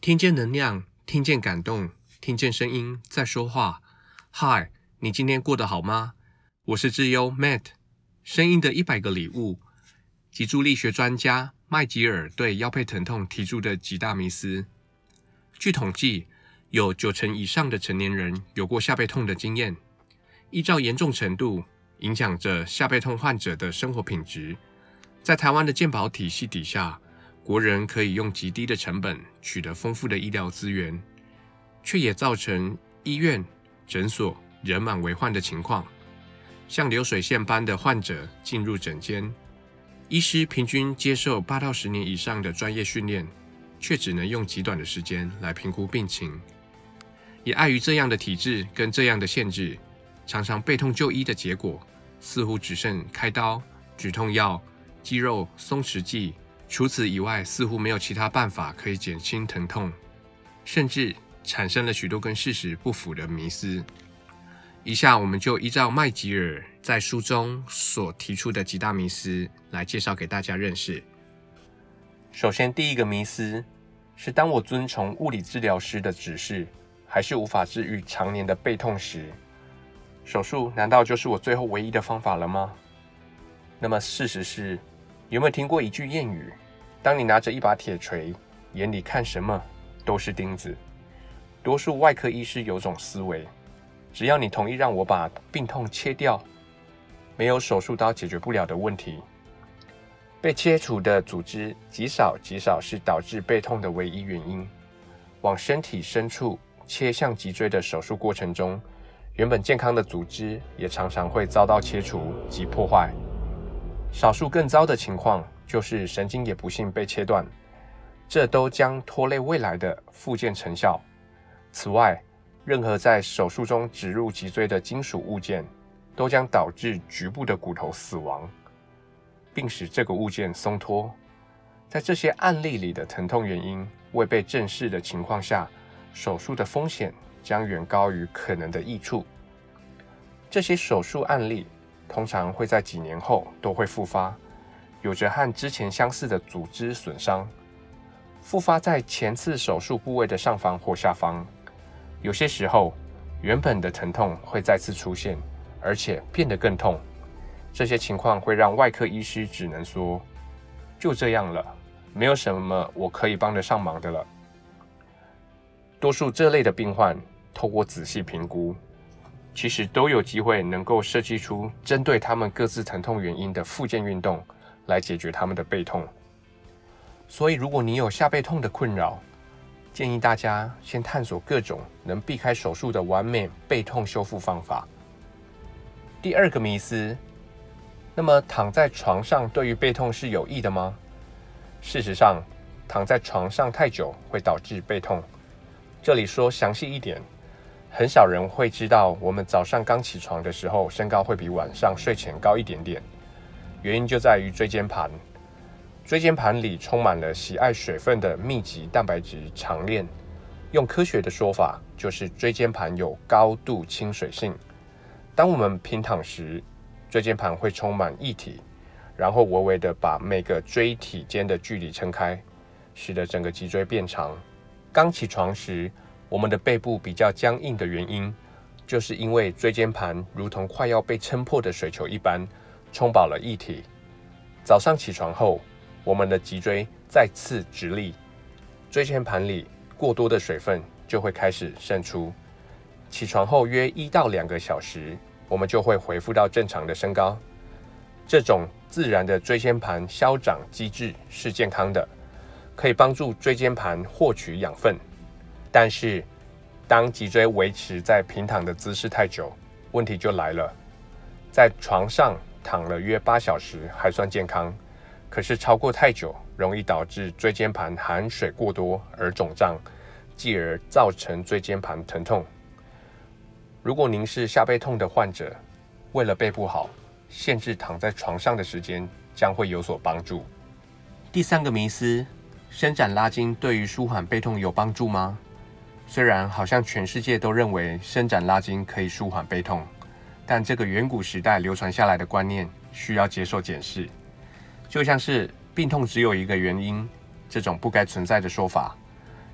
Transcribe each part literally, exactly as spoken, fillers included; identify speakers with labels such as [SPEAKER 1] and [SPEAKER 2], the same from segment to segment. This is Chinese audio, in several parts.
[SPEAKER 1] 听见能量，听见感动，听见声音在说话。嗨，你今天过得好吗？我是智优 Matt。声音的一百个礼物，脊柱力学专家麦吉尔对腰背疼痛提出的几大迷思。据统计，有九成以上的成年人有过下背痛的经验。依照严重程度，影响着下背痛患者的生活品质。在台湾的健保体系底下，国人可以用极低的成本取得丰富的医疗资源，却也造成医院、诊所人满为患的情况。像流水线般的患者进入诊间，医师平均接受八到十年以上的专业训练，却只能用极短的时间来评估病情。也碍于这样的体制跟这样的限制，常常背痛就医的结果，似乎只剩开刀、止痛药、肌肉松弛剂，除此以外，似乎没有其他办法可以减轻疼痛，甚至产生了许多跟事实不符的迷思。以下我们就依照麦吉尔在书中所提出的几大迷思来介绍给大家认识。首先，第一个迷思是，当我遵从物理治疗师的指示，还是无法治愈常年的背痛时，手术难道就是我最后唯一的方法了吗？那么事实是，有没有听过一句谚语，当你拿着一把铁锤，眼里看什么都是钉子。多数外科医师有种思维，只要你同意让我把病痛切掉，没有手术刀解决不了的问题。被切除的组织极少极少是导致背痛的唯一原因。往身体深处切向脊椎的手术过程中，原本健康的组织也常常会遭到切除及破坏。少数更糟的情况就是神经也不幸被切断，这都将拖累未来的复健成效。此外，任何在手术中植入脊椎的金属物件，都将导致局部的骨头死亡，并使这个物件松脱。在这些案例里的疼痛原因未被正视的情况下，手术的风险将远高于可能的益处。这些手术案例通常会在几年后都会复发，有着和之前相似的组织损伤，复发在前次手术部位的上方或下方。有些时候，原本的疼痛会再次出现，而且变得更痛。这些情况会让外科医师只能说，就这样了，没有什么我可以帮得上忙的了。多数这类的病患，透过仔细评估，其实都有机会能够设计出针对他们各自疼痛原因的复健运动，来解决他们的背痛。所以如果你有下背痛的困扰，建议大家先探索各种能避开手术的完美背痛修复方法。第二个迷思，那么躺在床上对于背痛是有益的吗？事实上，躺在床上太久会导致背痛。这里说详细一点，很少人会知道我们早上刚起床的时候身高会比晚上睡前高一点点，原因就在于椎间盘。椎间盘里充满了喜爱水分的密集蛋白质长链，用科学的说法就是椎间盘有高度亲水性。当我们平躺时，椎间盘会充满液体，然后微微的把每个椎体间的距离撑开，使得整个脊椎变长。刚起床时，我们的背部比较僵硬的原因，就是因为椎间盘如同快要被撑破的水球一般，充饱了液体。早上起床后，我们的脊椎再次直立，椎间盘里过多的水分就会开始渗出。起床后约一到两个小时，我们就会恢复到正常的身高。这种自然的椎间盘消长机制是健康的，可以帮助椎间盘获取养分。但是，当脊椎维持在平躺的姿势太久，问题就来了。在床上躺了约八小时还算健康，可是超过太久，容易导致椎间盘含水过多而肿胀，继而造成椎间盘疼痛。如果您是下背痛的患者，为了背部好，限制躺在床上的时间将会有所帮助。第三个迷思，伸展拉筋对于舒缓背痛有帮助吗？虽然好像全世界都认为伸展拉筋可以舒缓背痛，但这个远古时代流传下来的观念需要接受检视。就像是病痛只有一个原因这种不该存在的说法，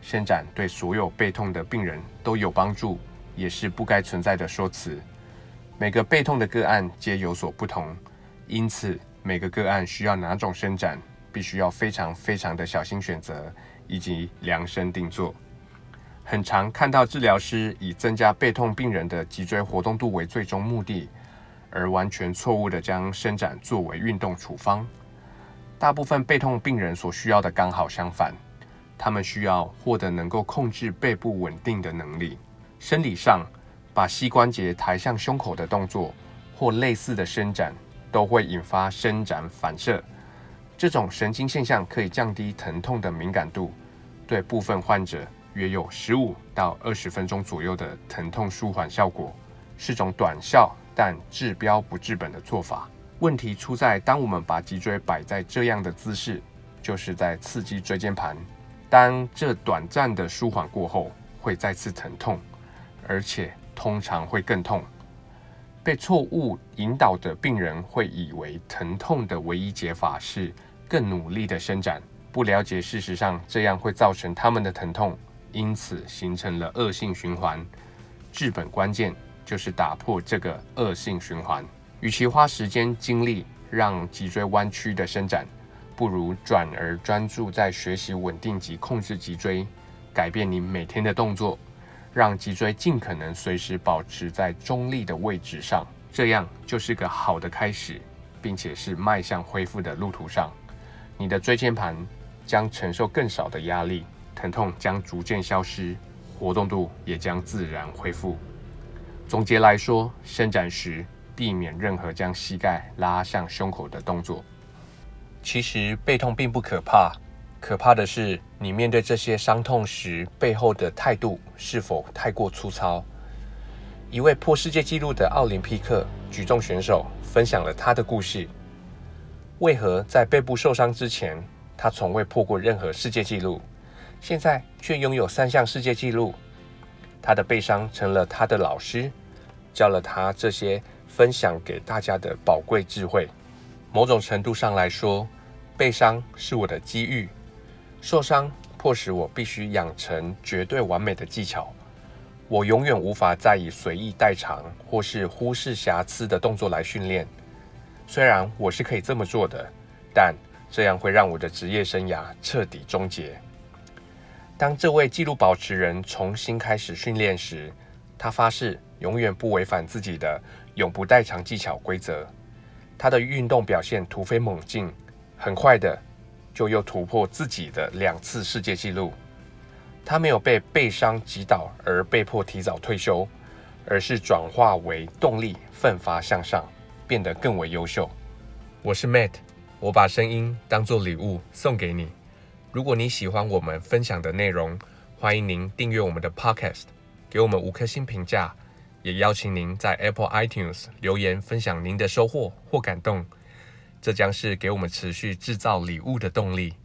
[SPEAKER 1] 伸展对所有背痛的病人都有帮助，也是不该存在的说辞。每个背痛的个案皆有所不同，因此每个个案需要哪种伸展，必须要非常非常的小心选择，以及量身定做。很常看到治疗师以增加背痛病人的脊椎活动度为最终目的，而完全错误地将伸展作为运动处方。大部分背痛病人所需要的刚好相反，他们需要获得能够控制背部稳定的能力。生理上，把膝关节抬向胸口的动作或类似的伸展，都会引发伸展反射。这种神经现象可以降低疼痛的敏感度，对部分患者约有十五到二十分钟左右的疼痛舒缓效果，是种短效但治标不治本的做法。问题出在当我们把脊椎摆在这样的姿势，就是在刺激椎间盘。当这短暂的舒缓过后，会再次疼痛，而且通常会更痛。被错误引导的病人会以为疼痛的唯一解法是更努力的伸展，不了解事实上这样会造成他们的疼痛，因此形成了恶性循环。治本关键就是打破这个恶性循环。与其花时间精力让脊椎弯曲的伸展，不如转而专注在学习稳定及控制脊椎，改变你每天的动作，让脊椎尽可能随时保持在中立的位置上，这样就是个好的开始，并且是迈向恢复的路途上。你的椎间盘将承受更少的压力，疼痛将逐渐消失，活动度也将自然恢复。总结来说，伸展时避免任何将膝盖拉向胸口的动作。其实背痛并不可怕，可怕的是你面对这些伤痛时背后的态度是否太过粗糙。一位破世界纪录的奥林匹克举重选手分享了他的故事。为何在背部受伤之前，他从未破过任何世界纪录，现在却拥有三项世界纪录？他的背伤成了他的老师，教了他这些分享给大家的宝贵智慧。某种程度上来说，背伤是我的机遇，受伤迫使我必须养成绝对完美的技巧。我永远无法再以随意代偿或是忽视瑕疵的动作来训练。虽然我是可以这么做的，但这样会让我的职业生涯彻底终结。当这位纪录保持人重新开始训练时，他发誓永远不违反自己的永不代偿技巧规则。他的运动表现突飞猛进，很快的就又突破自己的两次世界纪录。他没有被背伤击倒而被迫提早退休，而是转化为动力，奋发向上，变得更为优秀。我是 Matt， 我把声音当作礼物送给你。如果你喜欢我们分享的内容，欢迎您订阅我们的 Podcast， 给我们五颗星评价，也邀请您在 Apple iTunes 留言分享您的收获或感动，这将是给我们持续制造礼物的动力。